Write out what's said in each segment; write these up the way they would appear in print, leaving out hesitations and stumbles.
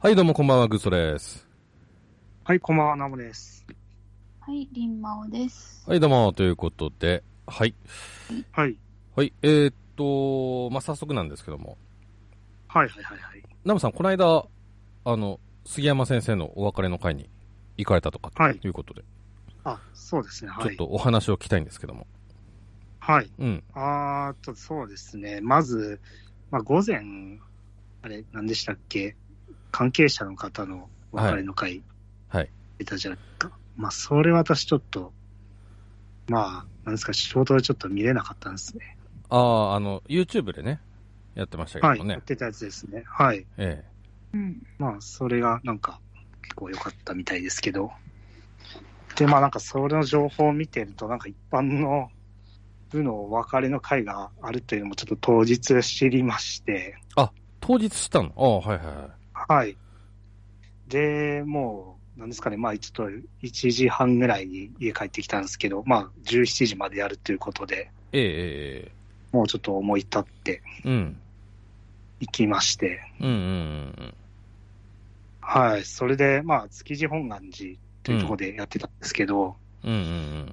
はい、どうもこんばんは、グッソです。 はい、こんばんは、ナムです。 はい、リンマオです。 はい、どうも、ということで、はい。 はい。 はい。 はい、早速なんですけども、 はい、はい、はい、はい。 ナムさん、この間、杉山先生のお別れの会に行かれたとかはい。 ということで、 あ、そうですね、はい。 ちょっとお話を聞きたいんですけども。 はい。 うん。 そうですね。まず、午前、あれ、何でしたっけ？関係者の方のお別はい。 れの会はい。 出たじゃないですか。それ私ちょっと、なんですか、仕事でちょっと見れなかったんですね。 YouTube でね、やってましたけどはい。 もね。 やってたやつですね。はい。 えうん。 それが結構良かったみたいですけど。で、それの情報を見てると、一般の部のお別れの会があるというのもちょっと当日知りまして、 あ、当日したの？はいはいはい。 はい。で、もう、なんですかね、ちょっと1時半ぐらいに家帰ってきたんですけど、17時までやるということで、 ええ、ええ、 もうちょっと思い立ってうん。 行きまして、 うんうんはい。それで、築地本願寺とうんうん。 いうところでやってたんですけど、 うんうんうん。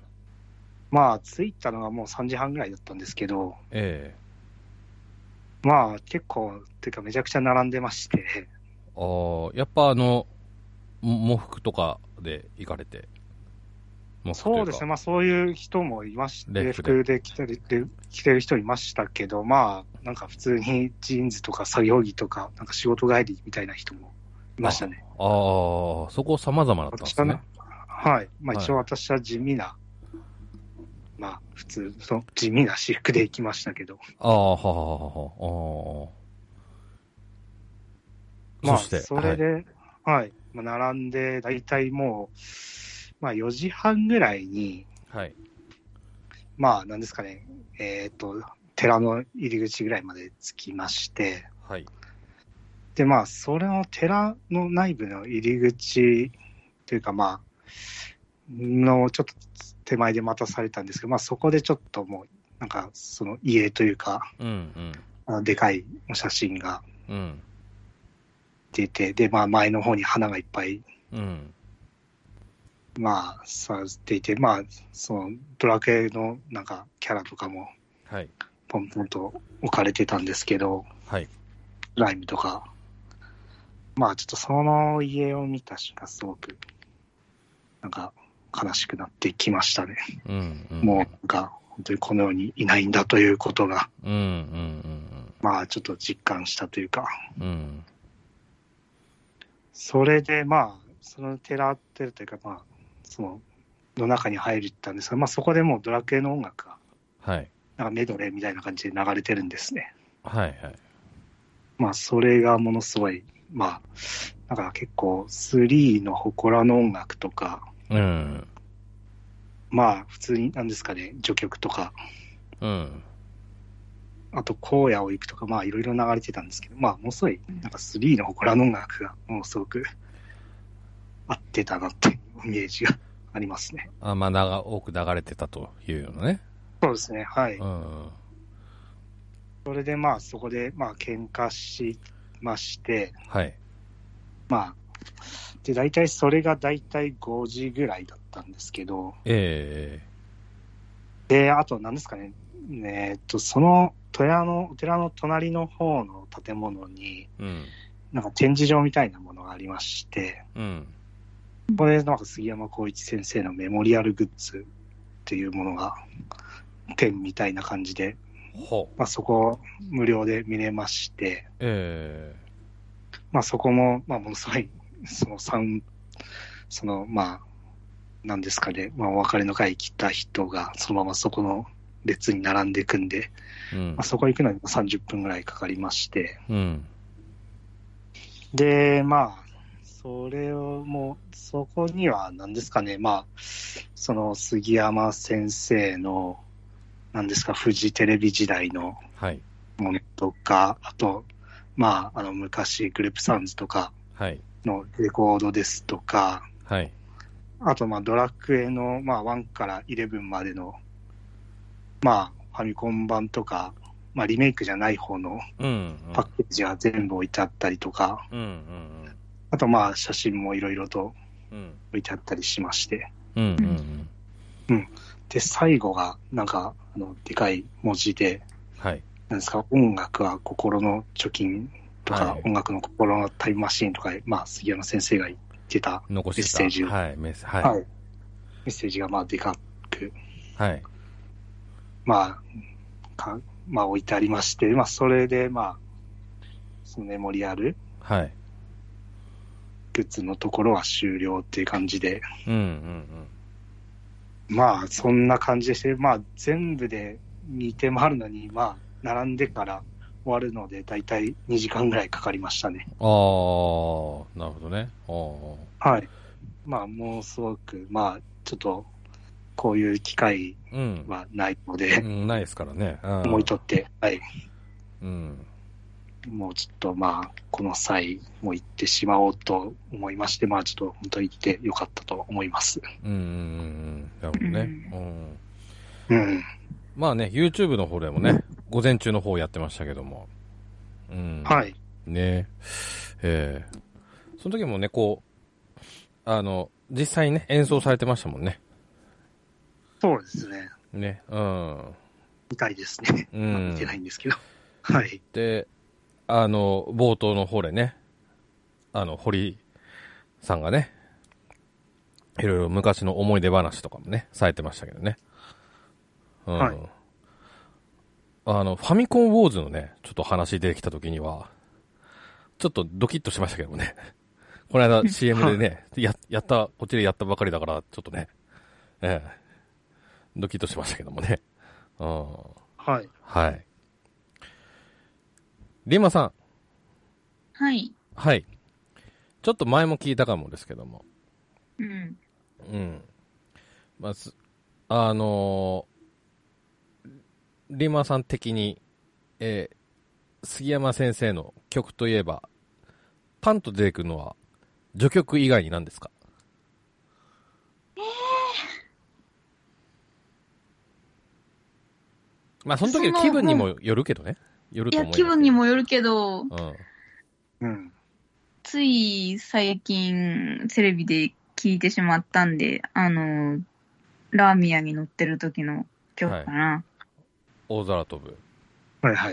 着いたのがもう3時半ぐらいだったんですけど、 ええ。 結構、っていうかめちゃくちゃ並んでまして、 やっぱ喪服とかで行かれて、喪服というか、 そうですね、そういう人もいまし礼礼服で。 服で着てる人いましたけど、普通にジーンズとか作業着とか、仕事帰りみたいな人もいましたね。 そこ様々だったんですね。 私ははい。 はい。 一応私は地味な、普通、地味な私服で行きましたけど、 は。そして、はい。 それで、はい。並んで、だいたいもう、4時半ぐらいに、 はい。 なんですかね、寺の入り口ぐらいまで着きまして、 はい。 で、それの寺の内部の入り口というか、のちょっと手前で待たされたんですけど、そこでちょっともう、その家というか、 うんでかい写真がうん。うん。 出て、で、前の方に花がいっぱい、 うん。 されていて、そのドラクエのキャラとかもはい。 ポンポンと置かれてたんですけど、 はい。 ライムとか、ちょっとその家を見た瞬間、すごく、悲しくなってきましたね。 うんうん。 もう本当にこの世にいないんだということが、 うんうんちょっと実感したというか、 うん。うん。 それでその寺というか、その中に入ったんですが、そこでもうドラクエの音楽が、 はい。 メドレーみたいな感じで流れてるんですね。 はいはい。 それがものすごい、結構、3の祠の音楽とか、 うん。 普通になんですかね、序曲とか、 うん。 あと、荒野を行くとか、いろいろ流れてたんですけど、ものすごい、3の祠の音楽が、ものすごく合ってたなっていうイメージがありますね。 多く流れてたというようなね。 そうですね、はい。 うん。 それでそこで喧嘩しまして、 はい。 で、大体それが大体5時ぐらいだったんですけど、 えで、あと何ですかね、そのお寺の隣の方の建物に、 うん。 展示場みたいなものがありまして、 うん。 ここで杉山浩一先生のメモリアルグッズっていうものが、展みたいな感じで、 ほう。 そこを無料で見れまして、 えそこも、ものすごい、その、なんですかね、お別れの会来た人が、そのままそこの列に並んでいくんで、 うん。 そこ行くのに30分ぐらいかかりまして、 うん。 で、そこには、なんですかね、その杉山先生の、なんですか、フジテレビ時代のはい。 ものとか、あと、昔、グループサウンズとかはい。 のレコードですとか、 はい。 あと、ドラクエの、1から11までの、ファミコン版とか、リメイクじゃない方のうん。 パッケージが全部置いてあったりとか、 うん。うん。 あとまあ写真もいろいろとうん。 置いてあったりしまして、 うんうん。 で、最後がなんか、でかい文字で、 はい。 なんですか、音楽は心の貯金とか、 はい、 音楽の心のタイムマシーンとか、まあ、杉山先生が言ってたメ残してた。 ッセージ、 はい、メはい。ッセージがまあでかく、 はい。 まあ置いてありまして、まあそれでまあ、そのメモリアルはい。 グッズのところは終了っていう感じで、 うんうんまあそんな感じでして、まあ全部で2手もあるのに、まあ並んでから終わるので、だいたい2時間ぐらいかかりましたね。 ああ、なるほどね。 はい。まあものすごく、まあちょっとこういう機会はないので、 うん、ないですからね。 思いとって、はい。 うん。 もうちょっとまあ、この際も行ってしまおうと思いまして、まあちょっと本当に行ってよかったと思います。 なるほどね。 うん。 まあね、YouTube の方でもね、午前中の方やってましたけども。 はい。 ねその時もね、こう、実際にね、演奏されてましたもんね。 そうですね。 ね、 見たいですね。まあ見てないんですけど。はい。 で、冒頭の方でね、堀さんがね、いろいろ昔の思い出話とかもね、されてましたけどね。 はい。 ファミコンウォーズのね、ちょっと話出てきた時には、ちょっとドキッとしましたけどもね。この間 CM でね、やった、こっちでやったばかりだから、ちょっとね、ドキッとしましたけどもね。 はい。 はい。リンマさん。 はい。 はい。ちょっと前も聞いたかもですけども。 うん。 まず、リンマさん的に、杉山先生の曲といえば、パンと出てくるのは、序曲以外に何ですか？まあ、その時の気分にもよるけどね。よると思いますけど。 気分にもよるけど、つい最近、テレビで聞いてしまったんで、ラーミヤに乗ってる時の曲かな。はい、 大空飛ぶ。 はいはいはい。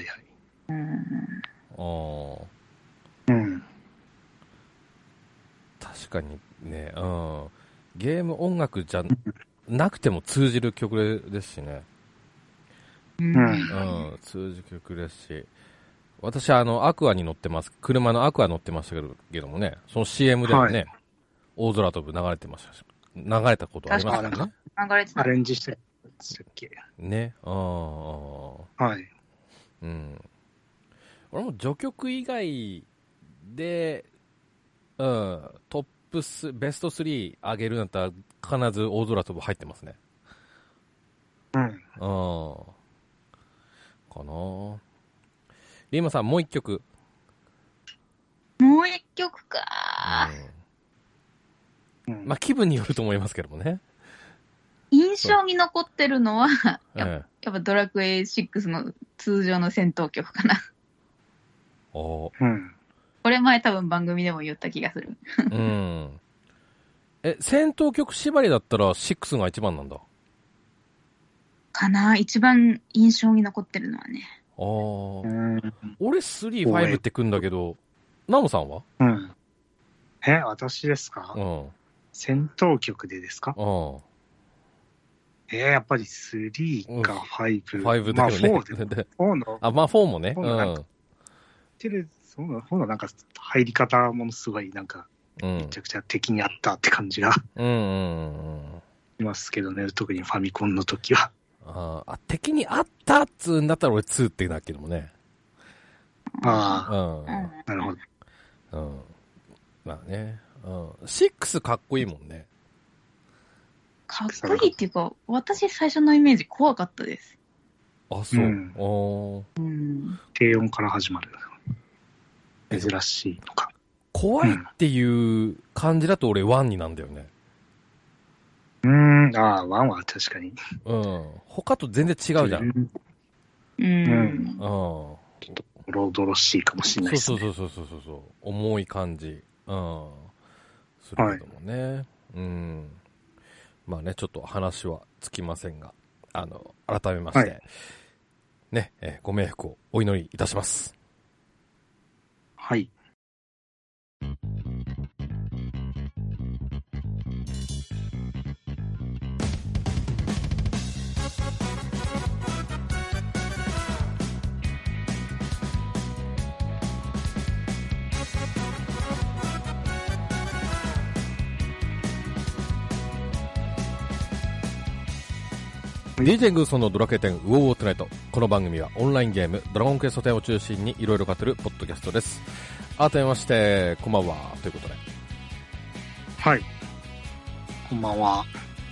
確かにね、ゲーム音楽じゃなくても通じる曲ですしね。通じる曲ですし。私アクアに乗ってます。車のアクア乗ってましたけどもね、その CM でもね、大空飛ぶ流れてましたし、流れたことありましたね。 流れてた。 アレンジしてたっけね。 はい。 俺も序曲以外で、トップス、ベスト3上げるんだったら必ず大空飛ぶ入ってますね。かな。リーマさん、もう一曲。 もう一曲かまあ、気分によると思いますけどもね。 印象に残ってるのは、やっぱドラクエ6の通常の戦闘曲かな。これ前多分番組でも言った気がする。 戦闘曲縛りだったら6が一番なんだ。 かな、一番印象に残ってるのはね。 俺3、5ってくんだけど、ナモさんは？ 私ですか？戦闘曲でですか？やっぱり3か5。 5だよね。 まあ4で。4の。 まあ4もね。 4のなんか入り方ものすごいなんか、めちゃくちゃ敵にあったって感じが。いますけどね、特にファミコンの時は。 敵にあったっつうんだったら俺2ってなるけどもね。 なるほど。まあね。6かっこいいもんね。 かっこいいっていうか、私最初のイメージ怖かったです。 あ、そう。 低音から始まる。珍しいのか。 怖いっていう感じだと俺1になんだよね。 1は確かに。 他と全然違うじゃん。 ちょっと、おろどろしいかもしれないですね。 そう。重い感じ。 するけどもね。まあね、ちょっと話はつきませんが、改めまして、ね、ご冥福をお祈りいたします。 はい。 DJ グーソンのドラクエ10ウォーウォートナイト。この番組はオンラインゲームドラゴンクエスト10を中心にいろいろ語るポッドキャストです。改めましてこんばんはということで。 はい。こんばんは。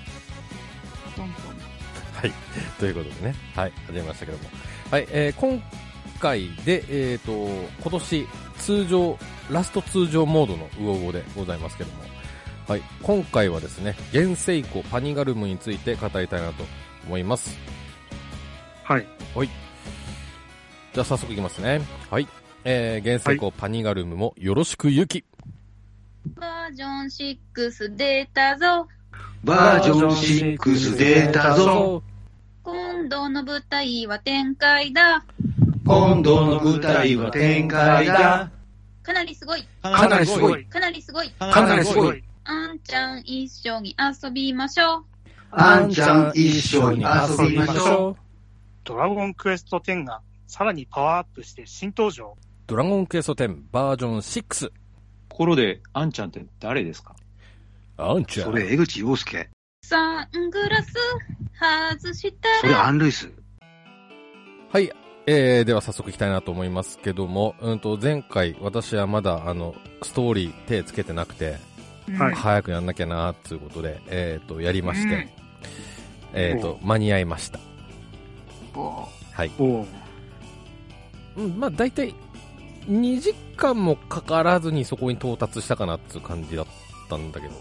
はい。ということでね。はい。始めましたけども。はい。今回で、今年ラスト通常モードのウオウオでございますけども。はい。今回はですね、現世湖パニガルムについて語りたいなと思います。 はい。 はい。じゃあ早速いきますね。はい。現世湖パニガルムもよろしくゆき。 バージョン6出たぞ。 バージョン6出たぞ。 今度の舞台は展開だ。 今度の舞台は展開だ。 かなりすごい。 かなりすごい。 かなりすごい。 かなりすごい。 あんちゃん一緒に遊びましょう。 あんちゃん一緒に遊びましょう。 ドラゴンクエスト10がさらにパワーアップして新登場。 ドラゴンクエスト10バージョン6。 ところで、あんちゃんって誰ですか？ あんちゃん。 それ江口洋介。 サングラス外したら。 それアン・ルイス。 はい。では早速いきたいなと思いますけども、前回私はまだストーリー手つけてなくて、早くやんなきゃなーっていうことで、やりまして、間に合いました。はい。まあ大体2時間もかからずにそこに到達したかなっていう感じだったんだけど。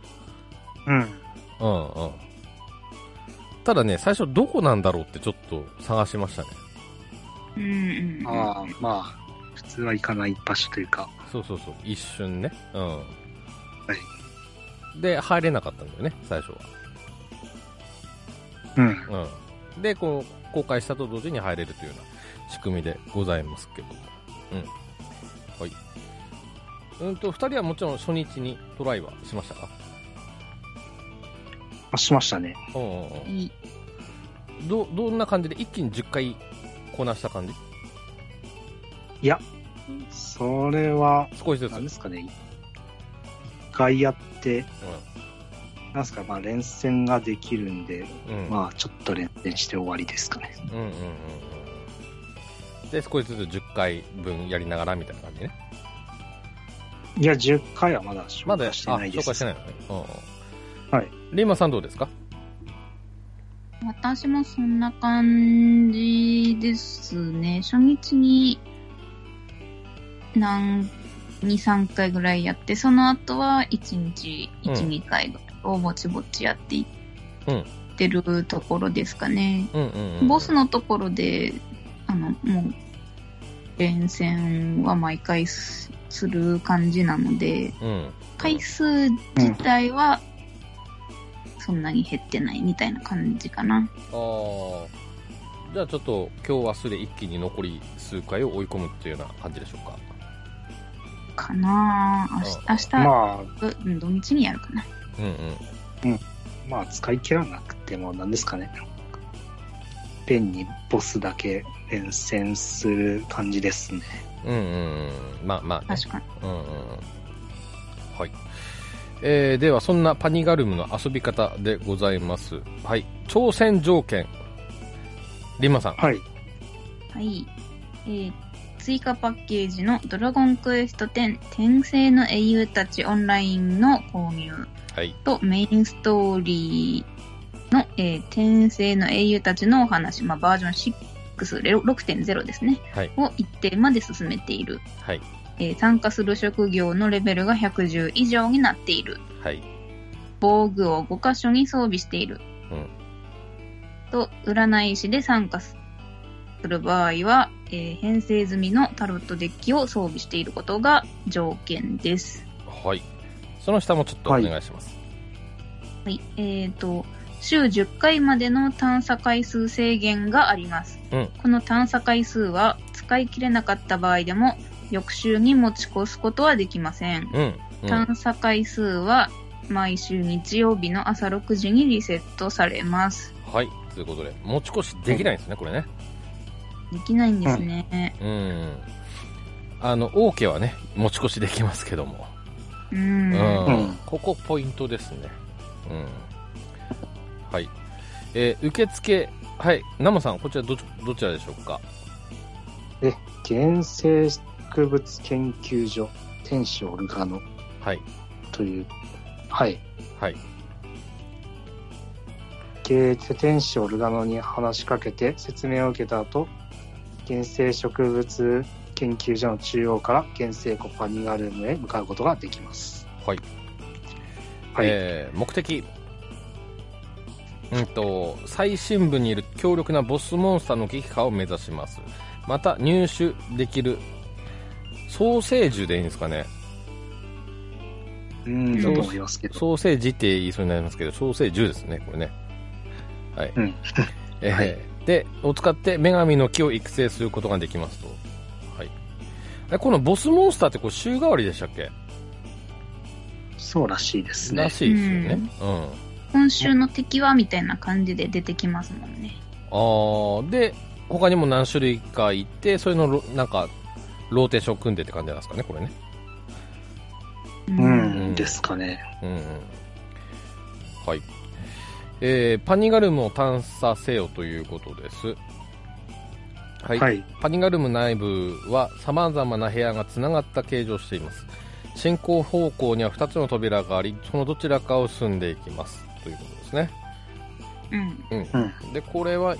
ただね、最初どこなんだろうってちょっと探しましたね。 ああ、まあ、普通は行かない場所というか。 そう、一瞬ね。で、入れなかったんだよね、最初は。で、こう、公開したと同時に入れるというような仕組みでございますけど。はい。二人はもちろん初日にトライはしましたか？ しましたね。 どんな感じで一気に10回こなした感じ？ いや、それは、 少しずつ。 なんですかね。1回やって、なんすか、まあ連戦ができるんで、まあちょっと連戦して終わりですかね。 で、少しずつ10回分やりながらみたいな感じね。 いや、10回はまだ消化してないです。 消化してないのね。 はい。 リーマさんどうですか？ 私もそんな感じですね。初日に2、3回ぐらいやって、その後は1日1、2回をぼちぼちやっていってるところですかね。ボスのところで、もう、連戦は毎回する感じなので、回数自体はそんなに減ってないみたいな感じかな。 じゃあちょっと今日明日で一気に残り数回を追い込むっていうような感じでしょうか？ かなぁ。明日、まあ、土日にやるかな。 まあ、使い切らなくてもなんですかね。ペンにボスだけ連戦する感じですね。 まあ、ね、 確かに。 はい。ではそんなパニガルムの遊び方でございます。はい。挑戦条件。リンマさん。 はい。 はい。追加パッケージのドラゴンクエスト10転生の英雄たちオンラインの購入と、メインストーリーの、転生の英雄たちのお話、バージョン6.0 ですね、を一定まで進めている。参加する職業のレベルが110以上になっている。防具を5箇所に装備している。と、占い師で参加する場合は、編成済みのタロットデッキを装備していることが条件です。 はい。その下もちょっとお願いします。 はい。週10回までの探査回数制限があります。この探査回数は使い切れなかった場合でも翌週に持ち越すことはできません。探査回数は毎週日曜日の朝6時にリセットされます。 はい。ということで、持ち越しできないんですね、これね。 できないんですね。 オーケーはね、持ち越しできますけども。ここポイントですね。はい。受付、はい。ナモさん、こちらどちらでしょうか。 原生植物研究所天使オルガノ。 はい。 という、はい。 はい。 天使オルガノに話しかけて説明を受けた後、原生植物研究所の中央から原生湖パニガルームへ向かうことができます。 はい。目的。最深部にいる強力なボスモンスターの撃破を目指します。また入手できるソーセージでいいんですかね。 だと思いますけど。 ソーセージって言いそうになりますけど、ソーセージですね、これね。はい。で、を使って女神の木を育成することができますと。はい。このボスモンスターってこう週替わりでしたっけ？ そうらしいですね。 らしいですよね。 今週の敵はみたいな感じで出てきますもんね。 で、他にも何種類かいて、それのなんかローテーション組んでって感じなんですかね、これね。 ですかね。 はい。パニガルムを探査せよということです。はい。パニガルム内部は様々な部屋がつながった形状をしています。進行方向には2つの扉があり、そのどちらかを進んでいきますということですね。で、これは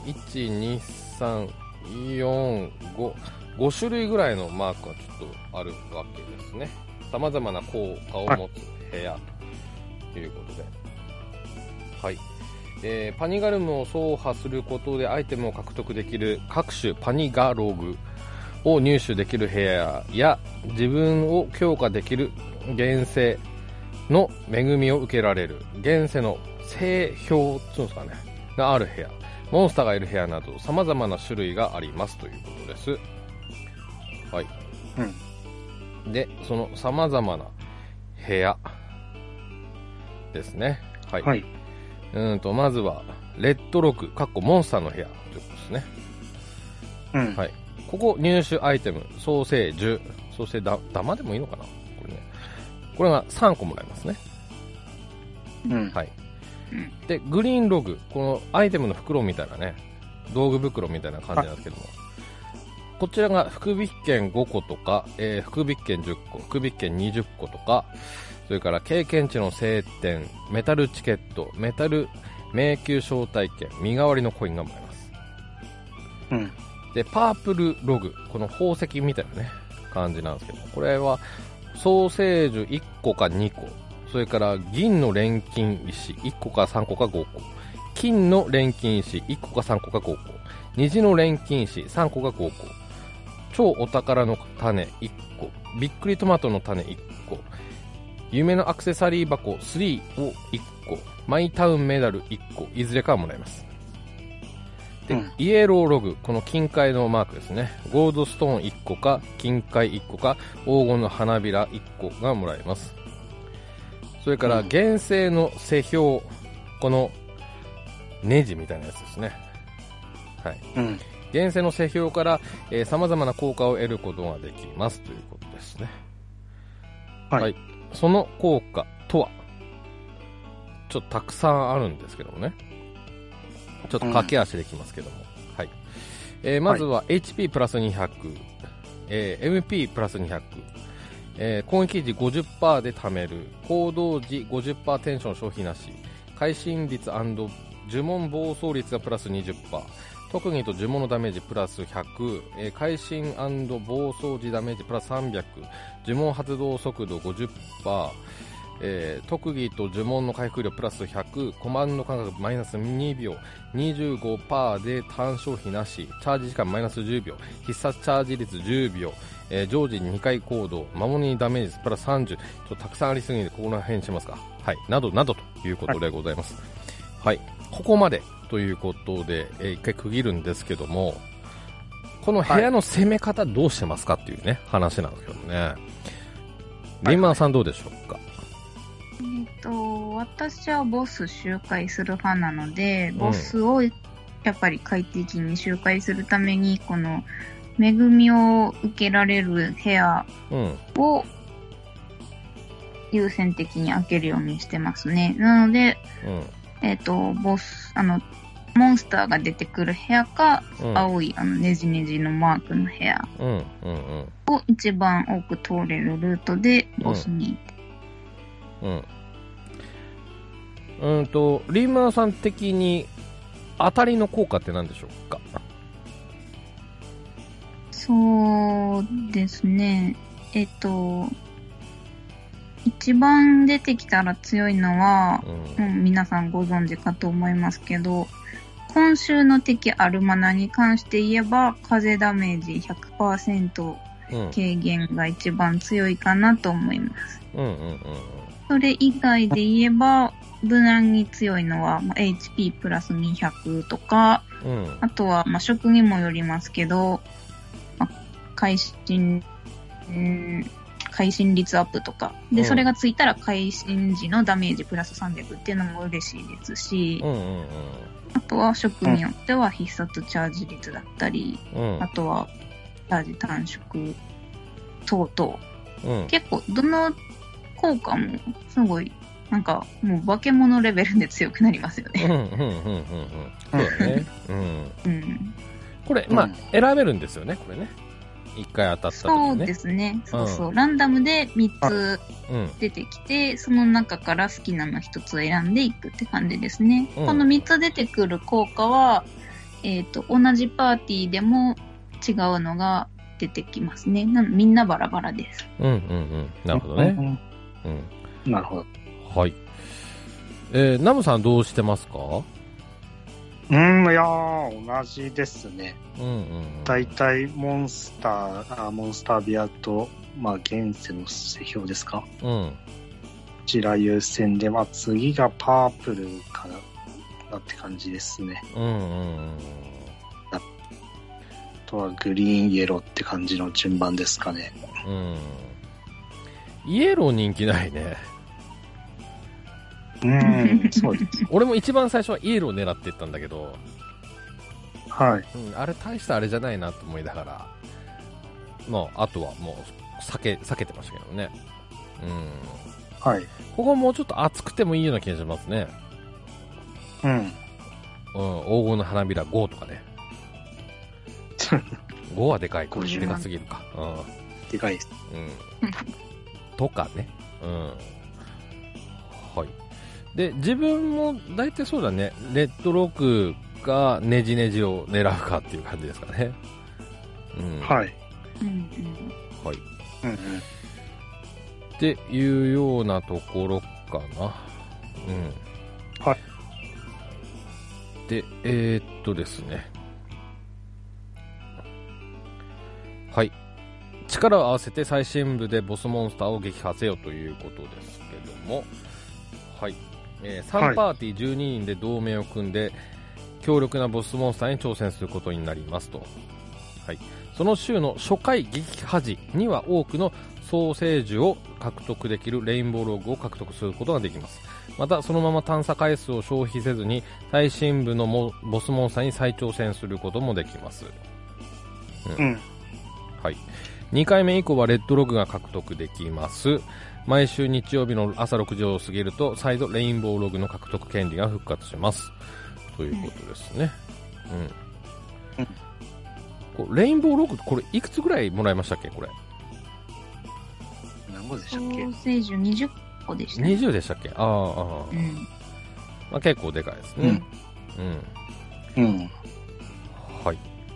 1、2、3、4、5種類ぐらいのマークがちょっとあるわけですね。様々な効果を持つ部屋ということで。はい。パニガルムを走破することでアイテムを獲得できる各種パニガログを入手できる部屋や自分を強化できる現世の恵みを受けられる現世の聖氷っていうんですかねがある部屋、モンスターがいる部屋など様々な種類がありますということです。はい。で、その様々な部屋ですね。はい。まずはレッドロックモンスターの部屋ということですね。はい。ここ入手アイテムソーセージ、そしてダマでもいいのかな、これね。これが3個もらえますね。はい。でグリーンログ、このアイテムの袋みたいなね、道具袋みたいな感じなんですけども、こちらが福引券5個とか、福引券10個、福引券20個とか、それから経験値の晴天、メタルチケット、メタル迷宮招待券、身代わりのコインがもらえます。でパープルログ、この宝石みたいなね感じなんですけど、これはソーセージ1個か2個、それから銀の錬金石1個か3個か5個、金の錬金石1個か3個か5個、虹の錬金石3個か5個、超お宝の種1個、びっくりトマトの種1個、夢のアクセサリー箱3を1個、マイタウンメダル1個、いずれかはもらえます。で、イエローログ、この金塊のマークですね。ゴールドストーン1個か、金塊1個か、黄金の花びら1個がもらえます。それから、原生の世標、このネジみたいなやつですね。はい。原生の世標から、様々な効果を得ることができますということですね。はい。その効果とは、ちょっとたくさんあるんですけどもね。ちょっと駆け足できますけども。はい。まずは HP プラス200、MP プラス200、攻撃時 50% で貯める、行動時 50% テンション消費なし、会心率&呪文暴走率がプラス 20%、特技と呪文のダメージプラス100、会心&暴走時ダメージプラス300、呪文発動速度 50%、特技と呪文の回復量プラス100、コマンド間隔マイナス2秒、25% で単消費なし、チャージ時間マイナス10秒、必殺チャージ率10秒、 常時2回行動、守りにダメージプラス30、ちょっとたくさんありすぎてここら辺しますか。はい。などなどということでございます。はい。ここまでということで、一回区切るんですけども、この部屋の攻め方どうしてますかっていうね、話なんですけどね。リンマンさんどうでしょうか。 私はボス周回する派なので、ボスをやっぱり快適に周回するために、この恵みを受けられる部屋を優先的に開けるようにしてますね。なので、ボス、モンスターが出てくる部屋か、青いネジネジのマークの部屋を一番多く通れるルートでボスに行って。 リーマーさん的に当たりの効果って何でしょうか。 そうですね。一番出てきたら強いのは、皆さんご存知かと思いますけど、今週の敵アルマナに関して言えば、風ダメージ 100% 軽減が一番強いかなと思います。それ以外で言えば、無難に強いのは、HP プラス200とか、あとは、職にもよりますけど、会心率アップとか。で、それがついたら会心時のダメージプラス300っていうのも嬉しいですし、あとは職によっては必殺チャージ率だったり、あとはチャージ短縮等々。結構、どの効果もすごい、なんか、もう化け物レベルで強くなりますよね。 そうだね。これ、選べるんですよね、これね。一回当たった時ね。 そうですね。そう。ランダムで3つ出てきて、その中から好きなの1つを選んでいくって感じですね。この3つ出てくる効果は、同じパーティーでも違うのが出てきますね。みんなバラバラです。 なるほどね。 なるほど。 はい。ナムさんどうしてますか？ いやー、同じですね。大体モンスタービアと、現世の世標ですか。こちら優先で、次がパープルかなって感じですね。あとはグリーンイエローって感じの順番ですかね。 イエロー人気ないね。 そうです。 俺も一番最初はイエロー狙ってったんだけど、 はい。 あれ大したあれじゃないなと思いながら、あとはもう避けてましたけどね。 はい。 ここもうちょっと熱くてもいいような気がしますね。黄金の花びら5とかね。5はでかいか。でかすぎるか。 でかいです。 とかね。はい。で、自分も大体そうだね、レッドロックかネジネジを狙うかっていう感じですかね。 はい。 はい。っていうようなところかな。 はい。 で、ですね。はい。力を合わせて最深部でボスモンスターを撃破せよということですけども、はい。3パーティー12人で同盟を組んで強力なボスモンスターに挑戦することになりますと。はい。その週の初回撃破時には多くのソーセージを獲得できるレインボーログを獲得することができます。またそのまま探査回数を消費せずに最深部のボスモンスターに再挑戦することもできます。はい。2回目以降はレッドログが獲得できます。毎週日曜日の朝6時を過ぎると再度レインボーログの獲得権利が復活しますということですね。レインボーログこれいくつぐらいもらいましたっけ？これ何個でしたっけ？ ソーセージ20個でしたね。 20でしたっけ？結構でかいですね。はい。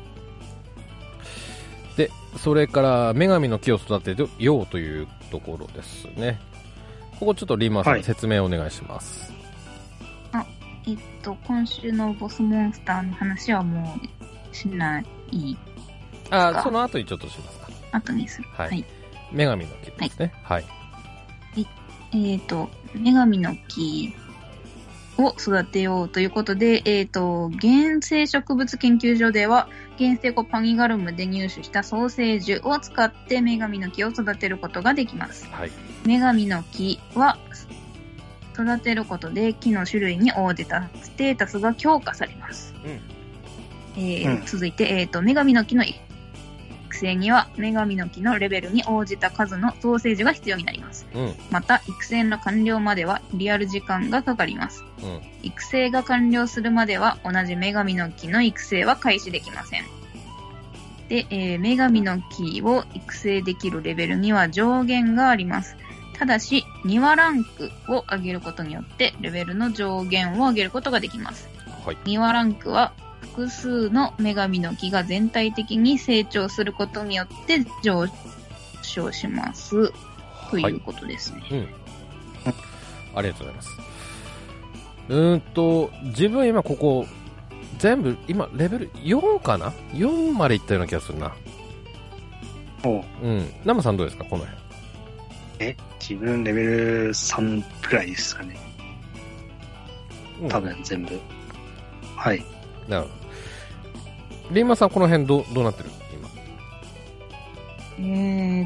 で、それから女神の木を育てるようというところですね。ここちょっとリーマンさん説明お願いします。 今週のボスモンスターの話はもうしない。 その後にちょっとしますか。 後にする。 はい。女神の木ですね。はい。 女神の木を育てようということで、原生植物研究所では、原生語パニガルムで入手したソーセージを使って女神の木を育てることができます。はい。女神の木は、育てることで木の種類に応じたステータスが強化されます。続いて、女神の木の育成には女神の木のレベルに応じた数のソーセージが必要になります。また育成の完了まではリアル時間がかかります。育成が完了するまでは同じ女神の木の育成は開始できません。で、女神の木を育成できるレベルには上限があります。ただし2話ランクを上げることによってレベルの上限を上げることができます。2話ランクは複数の女神の木が全体的に成長することによって上昇します、ということですね。 ありがとうございます。自分今ここ全部今レベル4かな ?4 までいったような気がするな。ナムさんどうですかこの辺。 自分レベル3くらいですかね。多分全部。はい。 なるほど。リンマさんこの辺どうなってる今。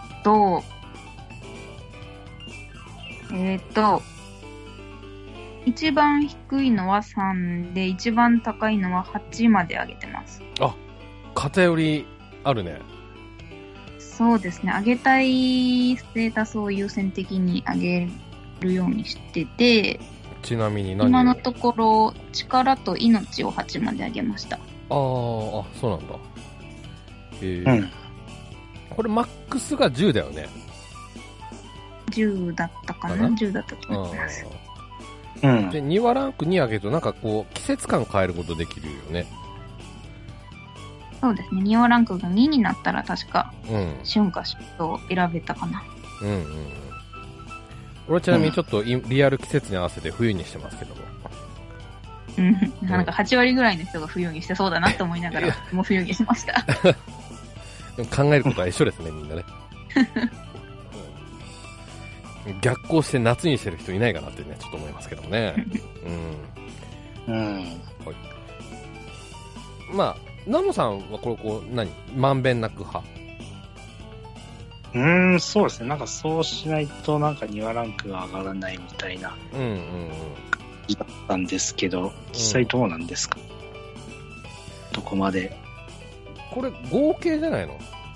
一番低いのは3で、一番高いのは8まで上げてます。 あ、偏りあるね。 そうですね。上げたいステータスを優先的に上げるようにしてて、 ちなみに何今のところ力と命を8まで上げました。 そうなんだ。これマックスが10だよね。 10だったかな ?10 だったと思います。 で、2話ランクに上げるとなんかこう季節感変えることできるよね。 そうですね。2話ランクが2になったら確か、春夏秋冬選べたかな。 俺ちなみにちょっとリアル季節に合わせて冬にしてますけども。 なんか8割ぐらいの人が冬にしてそうだなと思いながら、もう冬にしました。 でも考えることは一緒ですね、みんなね。逆行して夏にしてる人いないかなってね、ちょっと思いますけどもね。まあ、ナムさんはこれまんべんなく派？ そうですね。なんかそうしないとなんか2話ランクが上がらないみたいな。だったんですけど、実際どうなんですか？どこまで？ これ合計じゃないの？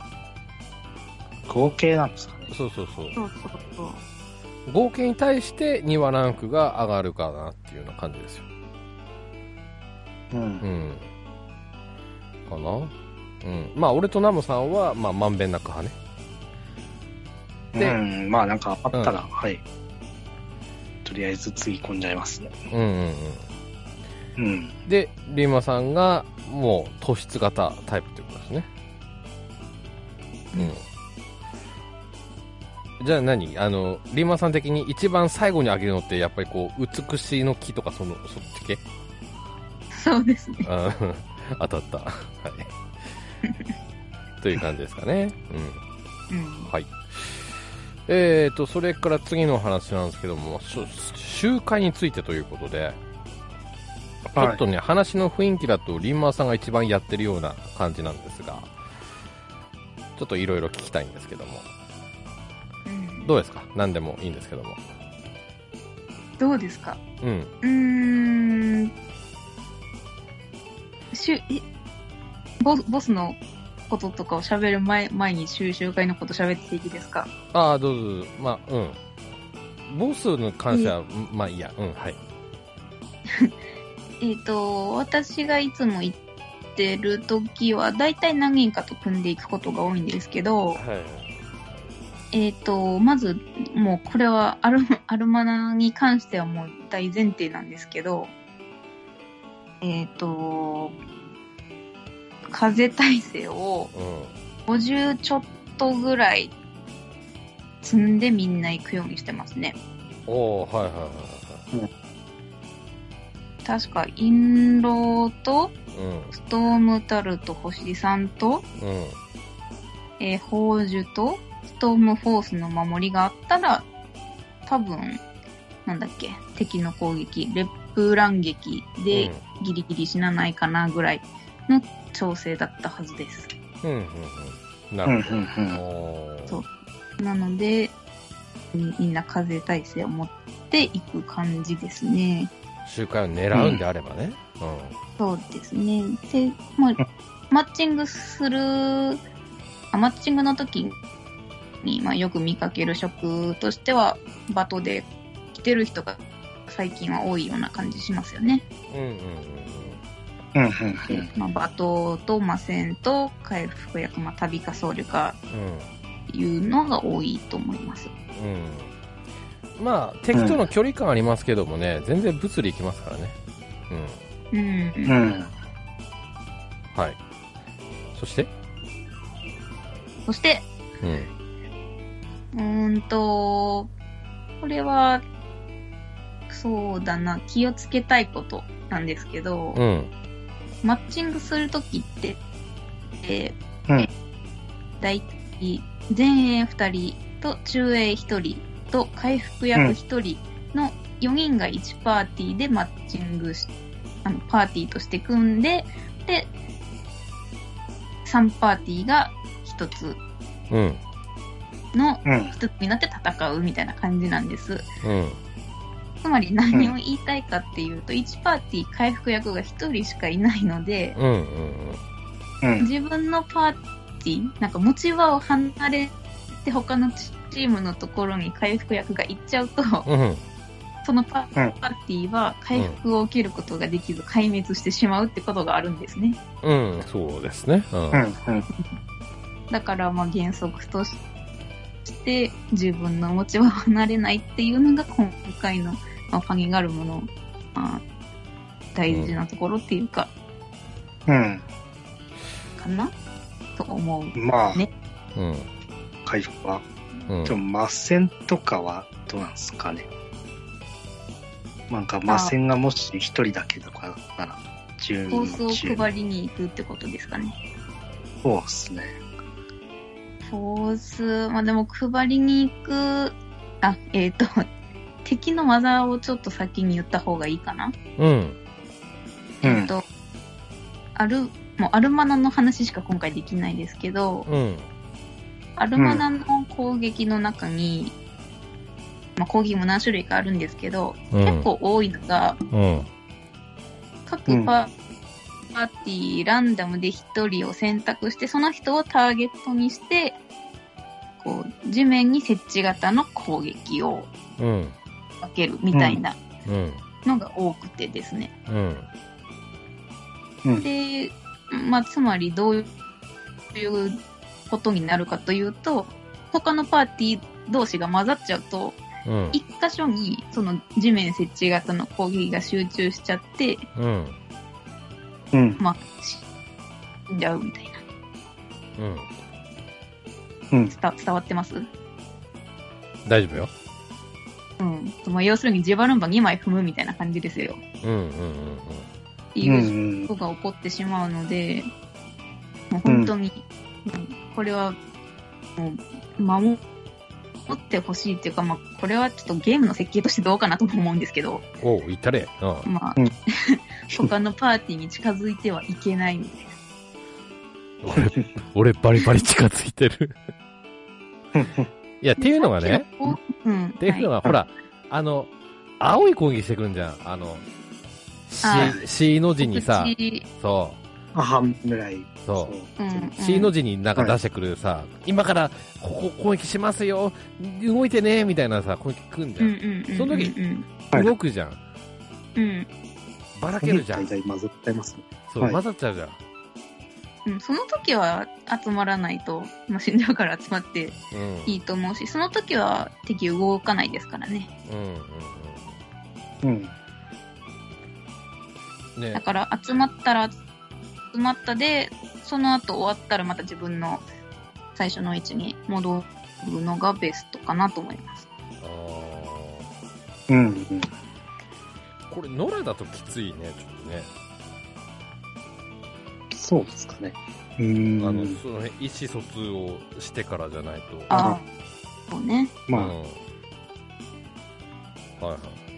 合計なんですかね。 そう。合計に対して2話ランクが上がるかなっていうような感じですよ。かな。まあ俺とナムさんはまんべんなく派ね。 まあなんかあったら、はい。とりあえずつぎ込んじゃいますね。 で、リンマさんがもう突出型タイプってことですね。じゃあリンマさん的に一番最後に上げるのってやっぱりこう美しいの木とかそっち系？ そうですね。 当たった。はい。という感じですかね。はい。それから次の話なんですけども、集会についてということで、ちょっとね、話の雰囲気だとリンマーさんが一番やってるような感じなんですが、ちょっといろいろ聞きたいんですけども、どうですか？何でもいいんですけども。 どうですか？ボスのこととかを喋る前に集会のこと喋っていいですか？ どうぞ。ボスに関しては、まあいいや。はい。 私がいつも行ってる時は、だいたい何人かと組んでいくことが多いんですけど、まず、もうこれはアルマナに関してはもう大前提なんですけど、風耐性を50ちょっとぐらい積んでみんな行くようにしてますね。確かインローと、ストームタルと星さんと、 宝珠とストームフォースの守りがあったら、多分、なんだっけ、敵の攻撃、烈風乱撃でギリギリ死なないかなぐらいの調整だったはずです。 なるほど。 そう。なので、みんな風耐性を持っていく感じですね。 周回を狙うんであればね。 そうですね。で、まあ、マッチングの時に、まあ、よく見かける職としては、バトで来てる人が最近は多いような感じしますよね。まあ、バトと魔戦と回復薬、まあ、旅か僧侶かいうのが多いと思います。 まあ敵との距離感ありますけどもね、全然物理いきますからね。はい。そしてこれはそうだな、気をつけたいことなんですけど、マッチングするときって、だいたい前衛2人と中衛1人と回復役1人の4人が1パーティーでマッチングパーティーとして組んで、で、3パーティーが1つの1つになって戦うみたいな感じなんです。つまり何を言いたいかっていうと、1パーティー回復役が1人しかいないので、自分のパーティー、なんか持ち場を離れて他のチームのところに回復役が行っちゃうと、そのパーティーは回復を受けることができず壊滅してしまうってことがあるんですね。 そうですね。 だからまあ原則として自分の持ち場を離れないっていうのが今回のファニガルムの、まあ、大事なところっていうか、かなと思う、ね。 まあ、回復は。魔戦とかはどうなんですかね。なんか魔戦がもし一人だけとかだったら、10人コースを配りに行くってことですかね。 そうですね。 フォース、まあでも配りに行く、敵の技をちょっと先に言った方がいいかな。もうアルマナの話しか今回できないですけど、アルマナの攻撃の中に、まあ、攻撃も何種類かあるんですけど、結構多いのが、各パーティーランダムで1人を選択して、その人をターゲットにして、こう地面に設置型の攻撃をかけるみたいなのが多くてですね。で、まあ、つまりどういうことになるかというと、他のパーティー同士が混ざっちゃうと、一箇所にその地面設置型の攻撃が集中しちゃって、まあ、死んじゃうみたいな。伝わってます？ 大丈夫よ。 まあ、要するにジェバルンバ2枚踏むみたいな感じですよ。っていうことが起こってしまうので、もう本当に、これはもう守ってほしいっていうか、まあ、これはちょっとゲームの設計としてどうかなとも思うんですけど、 言ったれ。 まあ、他のパーティーに近づいてはいけないみたいな。 俺バリバリ近づいてる。いや、っていうのがね、っていうのが、ほら、青い攻撃してくるんじゃん。C の字にさ、そう。 半ぐらい。 そう。C の字になんか出してくるさ、今からここ攻撃しますよ、動いてね、みたいなさ、攻撃くんじゃん。その時、動くじゃん。ばらけるじゃん。 混ざっちゃいますね。 そう、混ざっちゃうじゃん。 その時は集まらないと、まあ、死んじゃうから集まっていいと思うし、その時は敵動かないですからね。だから集まったで、その後終わったらまた自分の最初の位置に戻るのがベストかなと思います。 これ野良だときついね、ちょっとね。 そうですかね。 その意思疎通をしてからじゃないと。 ああ、そうね。 まあ、 はいはい。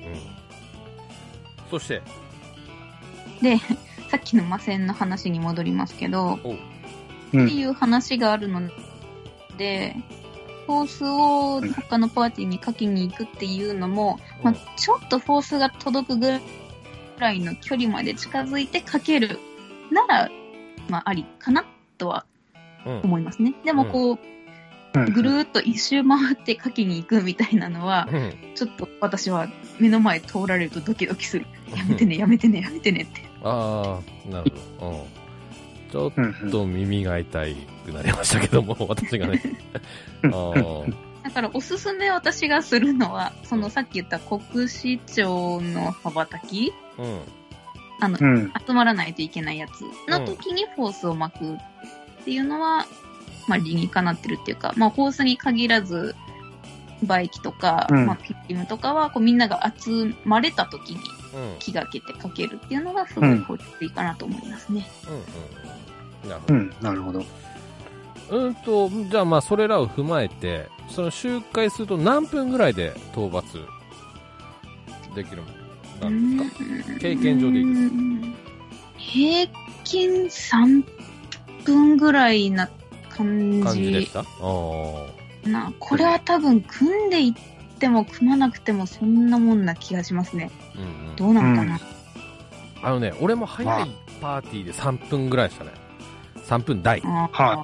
そして。 で、さっきの魔線の話に戻りますけど、っていう話があるので、フォースを他のパーティーにかけに行くっていうのも、まあ、ちょっとフォースが届くぐらいの距離まで近づいてかけるなら、まあ、ありかなとは思いますね。でもこう、ぐるーっと一周回ってかけに行くみたいなのは、ちょっと私は目の前通られるとドキドキする。やめてね、やめてね、やめてねって。 ああ、なるほど。ちょっと耳が痛くなりましたけども、私がね。 だからおすすめ私がするのは、そのさっき言った国市長の羽ばたき、集まらないといけないやつの時にフォースを巻くっていうのは、まあ理にかなってるっていうか、まあフォースに限らず、バイキとか、まあピッリムとかは、こうみんなが集まれた時に気がけてかけるっていうのがすごい効率いいかなと思いますね。 なるほど。 じゃあまあそれらを踏まえて、その周回すると何分ぐらいで討伐できるものなんですか？経験上でいいです。 平均3分ぐらいな感じでした？ これは多分組んでいっても組まなくてもそんなもんな気がしますね。どうなのかな？ 俺も早いパーティーで3分ぐらいでしたね。3分台。か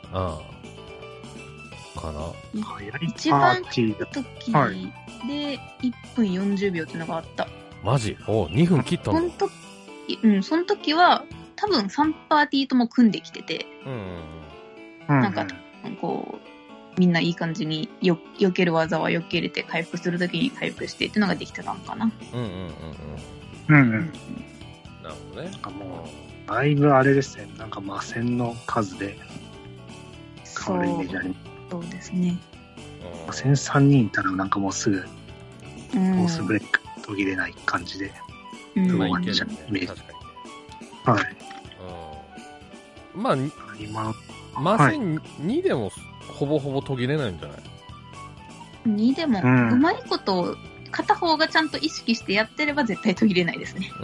な。 一番時で1分40秒っていうのがあった。 マジ？2分切ったの？ その時は多分3パーティーとも組んできてて、なんかこうみんないい感じに避ける技は避けれて回復するときに回復してっていうのができてたのかな。 なるほどね。 なんかもうだいぶあれですね。なんか魔線の数で変わるイメージあります。 そうですね。 魔線3人いたらなんかもうすぐフォースブレイク途切れない感じで動かっちゃうイメージ。はい。 まあ魔線2でもほぼほぼ途切れないんじゃない？2 でも、うまいこと片方がちゃんと意識してやってれば絶対途切れないですね。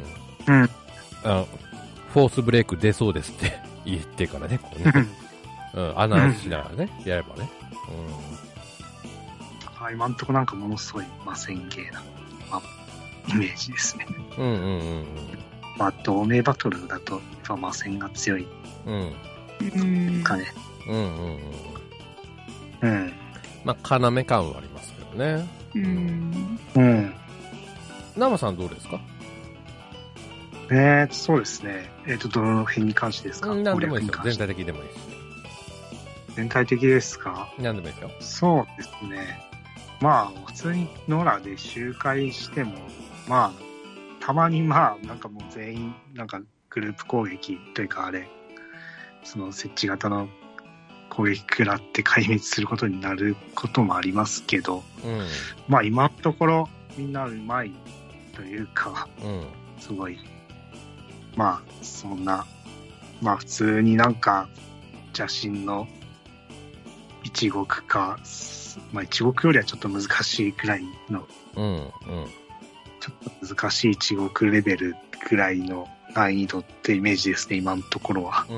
フォースブレイク出そうですって言ってからね、こうね。アナウンスしながらね、やればね。 今んとこなんかものすごい魔線ゲーな、イメージですね。まあ、同盟バトルだと、魔線が強い。かね。 まあ、要感はありますけどね。生さんどうですか？ そうですね。どの辺に関してですか？ 何でもいいですよ。全体的でもいいです。 全体的ですか？ 何でもいいですよ。 そうですね。まあ、普通にノラで周回しても、まあ、たまになんかもう全員、なんかグループ攻撃というかその設置型の攻撃食らって壊滅することになることもありますけど、まあ今のところみんなうまいというか、すごい、まあそんな、まあ普通になんか邪神の一国か、まあ一国よりはちょっと難しいくらいの、ちょっと難しい一国レベルくらいの難易度ってイメージですね、今のところは。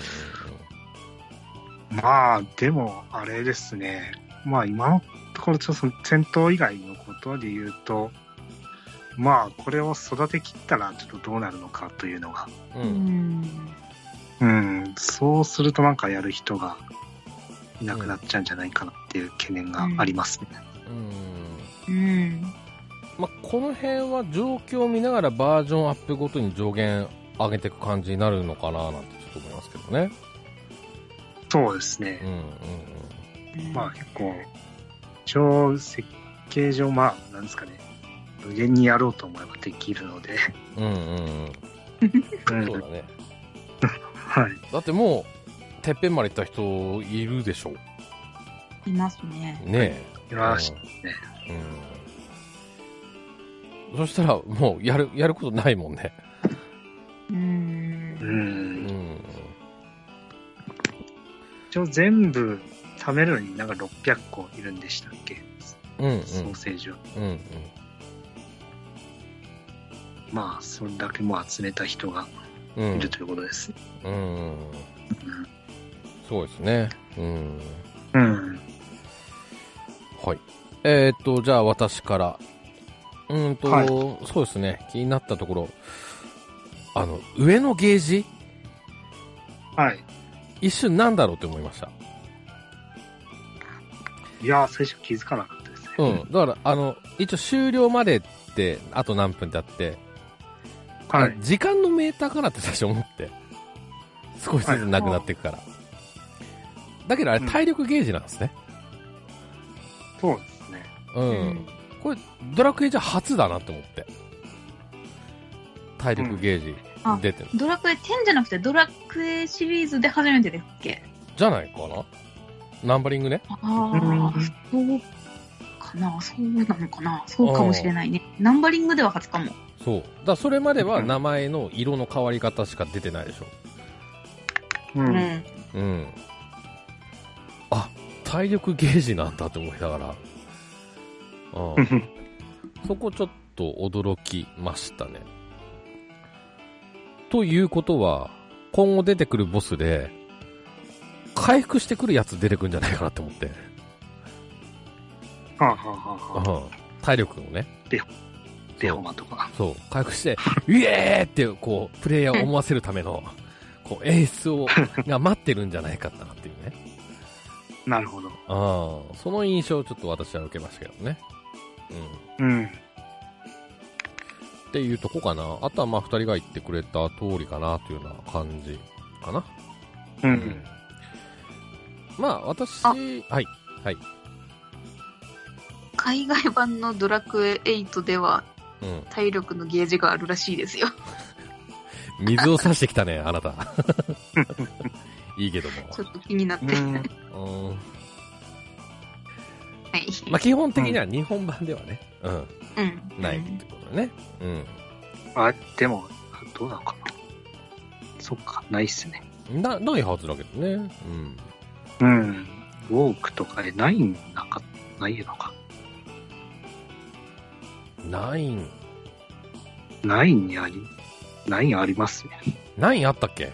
まあ、でも、あれですね。まあ、今のところ、ちょっと戦闘以外のことで言うと、まあ、これを育てきったら、ちょっとどうなるのかというのが。そうするとなんかやる人がいなくなっちゃうんじゃないかなっていう懸念がありますね。まあ、この辺は状況を見ながらバージョンアップごとに上限上げていく感じになるのかななんてちょっと思いますけどね。 そうですね。まあ結構、一応設計上、まあ、なんですかね、無限にやろうと思えばできるので。 そうだね。 はい。 だってもう、てっぺんまで行った人いるでしょ？ いますね。 ねえ。いますね。 そしたら、もう、やることないもんね。 一応全部食べるのになんか600個いるんでしたっけ？ うんうん。 ソーセージは。 うんうん。 まあ、それだけも集めた人がいるということです。 うん。うん、そうですね。うん。 うん。 はい。じゃあ私から。はい、そうですね。気になったところ、上のゲージ、 はい。 一瞬なんだろうって思いました。 いやー、最初気づかなかったですね。 うん。だから、一応終了までって、あと何分ってあって、はい。時間のメーターかなって最初思って。少しずつなくなっていくから。はい、だけどあれ、体力ゲージなんですね。 そうですね。 うん。これ、ドラクエじゃ初だなって思って。体力ゲージ出てる。 ドラクエ10じゃなくて、ドラクエシリーズで初めてですっけ？ じゃないかな？ナンバリングね。 ああ、そうかな、そうなのかな、そうかもしれないね。ナンバリングでは初かも。 そう。だそれまでは名前の色の変わり方しか出てないでしょ。 うん。 うん。あ、体力ゲージなんだって思いながら。うん。そこちょっと驚きましたね。ということは、今後出てくるボスで、回復してくるやつ出てくるんじゃないかなって思って。 はあはあはあ、体力をね。 レホマとか。 そう、回復して、イエーって、こう、プレイヤーを思わせるための、こう、演出が待ってるんじゃないかなっていうね。 なるほど。 ああ、その印象をちょっと私は受けましたけどね。 うん。うん。 っていうとこかな。あとはまあ二人が言ってくれた通りかなというような感じかな。 うん。 まあ私、はい。はい。 海外版のドラクエ8では、体力のゲージがあるらしいですよ。 水を差してきたね、あなた。いいけども。 ちょっと気になって。はい。 まあ基本的には日本版ではね、ないってことだね。うん。 あ、でも、どうなのかな。そっか、ないっすね。 ないはずだけどね。 うん。ウォークとかでないのか。ナインありますね。 ナインあったっけ？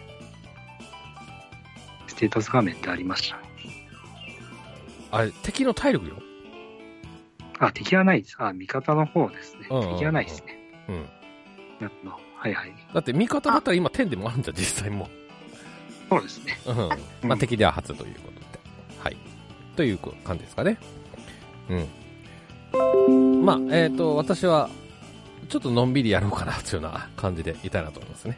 ステータス画面ってありましたね。 あれ、敵の体力よ。 あ、敵はないです。あ、味方の方ですね。敵はないですね。 うん。 なるほど。はいはい。 だって味方だったら今10でもあるんじゃん、実際も。 そうですね。 まあ敵では初ということで。はい。という感じですかね。まあ、私は、ちょっとのんびりやろうかな、というような感じでいたいなと思いますね。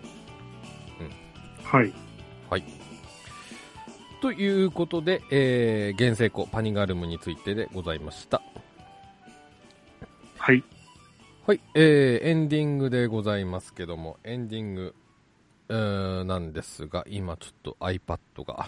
はい。 はい。ということで、現世庫パニガルムについてでございました。 はい。 はい、エンディングでございますけども、エンディング、なんですが、今ちょっと iPad が、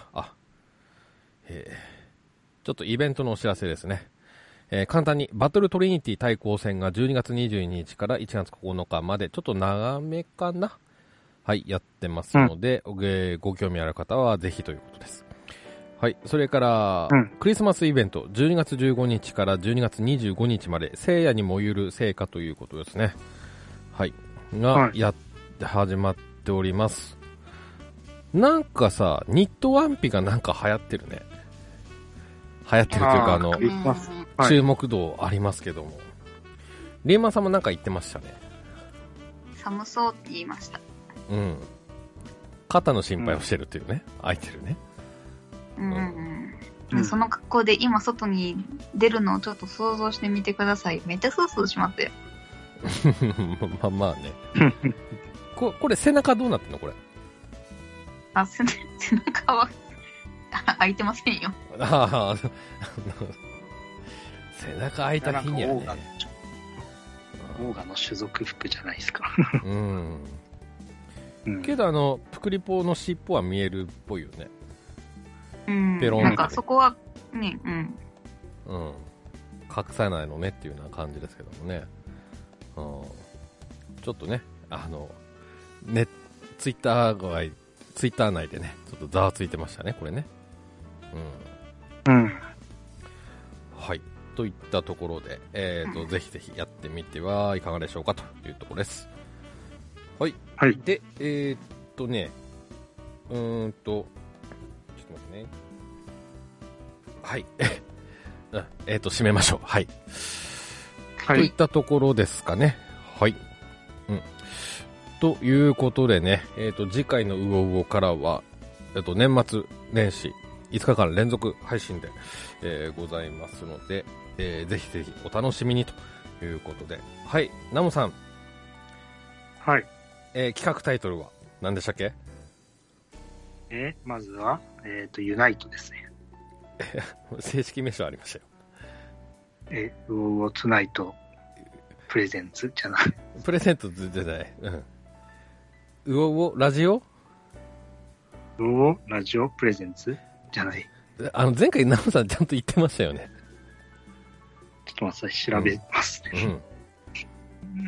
ちょっとイベントのお知らせですね。簡単に、バトルトリニティ対抗戦が12月22日から1月9日まで、ちょっと長めかな？はい、やってますので、ご興味ある方はぜひということです。はい。それから、クリスマスイベント、12月15日から12月25日まで、聖夜に燃ゆる聖火ということですね。はい。が、始まっております。なんかさ、ニットワンピがなんか流行ってるね。流行ってるというか、注目度ありますけども。リーマンさんもなんか言ってましたね。 寒そうって言いました。 肩の心配をしてるっていうね。空いてるね。 その格好で今外に出るのをちょっと想像してみてください。めっちゃスースーしますよ。 まあね。これ背中どうなってんのこれ。 あ、背中は開いてませんよ。 背中開いた日にはね。 オーガの種族服じゃないですか。 けどプクリポの尻尾は見えるっぽいよね。 ペロンなんかそこはね、 隠さないのねっていうような感じですけどもね。ちょっとね、ツイッター内でね、ちょっとざわついてましたね、これね。 うん。 うん。 はい。といったところで、ぜひぜひやってみてはいかがでしょうかというところです。はい。 はい。 で、ちょっと待ってね。はい。締めましょう。はい。 はい。 といったところですかね。はい。うん。ということでね、次回のうおうおからは、年末年始5日間連続配信で、ございますので、ぜひぜひお楽しみにということで。はい。ナモさん。 はい。 企画タイトルは何でしたっけ？ まずは、ユナイトですね。 正式名称ありましたよ。 ウォーウォーツナイトプレゼンツじゃない。 プレゼントじゃない。うん。ウオウオラジオ？ ウォーウォーラジオプレゼンツじゃない。 前回ナモさんちゃんと言ってましたよね。 ちょっと待って、調べますね。 うん。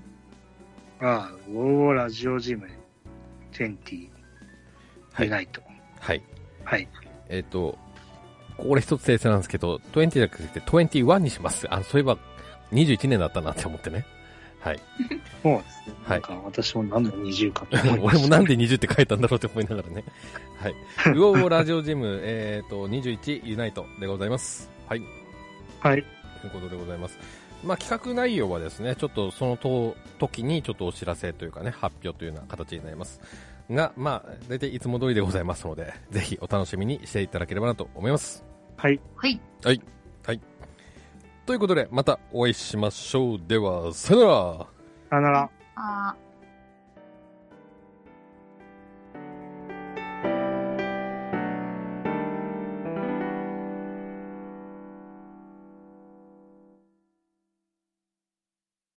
ウォーウォーラジオジム20ユナイト。 はい。 はい。 これ一つ訂正なんですけど、20じゃなくて21にします。そういえば21年だったなって思ってね。はい。 そうですね。 はい。 なんか私もなんで20かと思いました、ね。 俺もなんで20って書いたんだろうって思いながらね。はい。ウオウオラジオジム、21ユナイトでございます。はい。 はい。 ということでございます。まあ、企画内容はですね、ちょっとその時にちょっとお知らせというかね、発表というような形になります。が、まあ、大体いつも通りでございますので、ぜひお楽しみにしていただければなと思います。 はい。 はい。 はい。はい。ということで、またお会いしましょう。では、さよなら。 さよなら。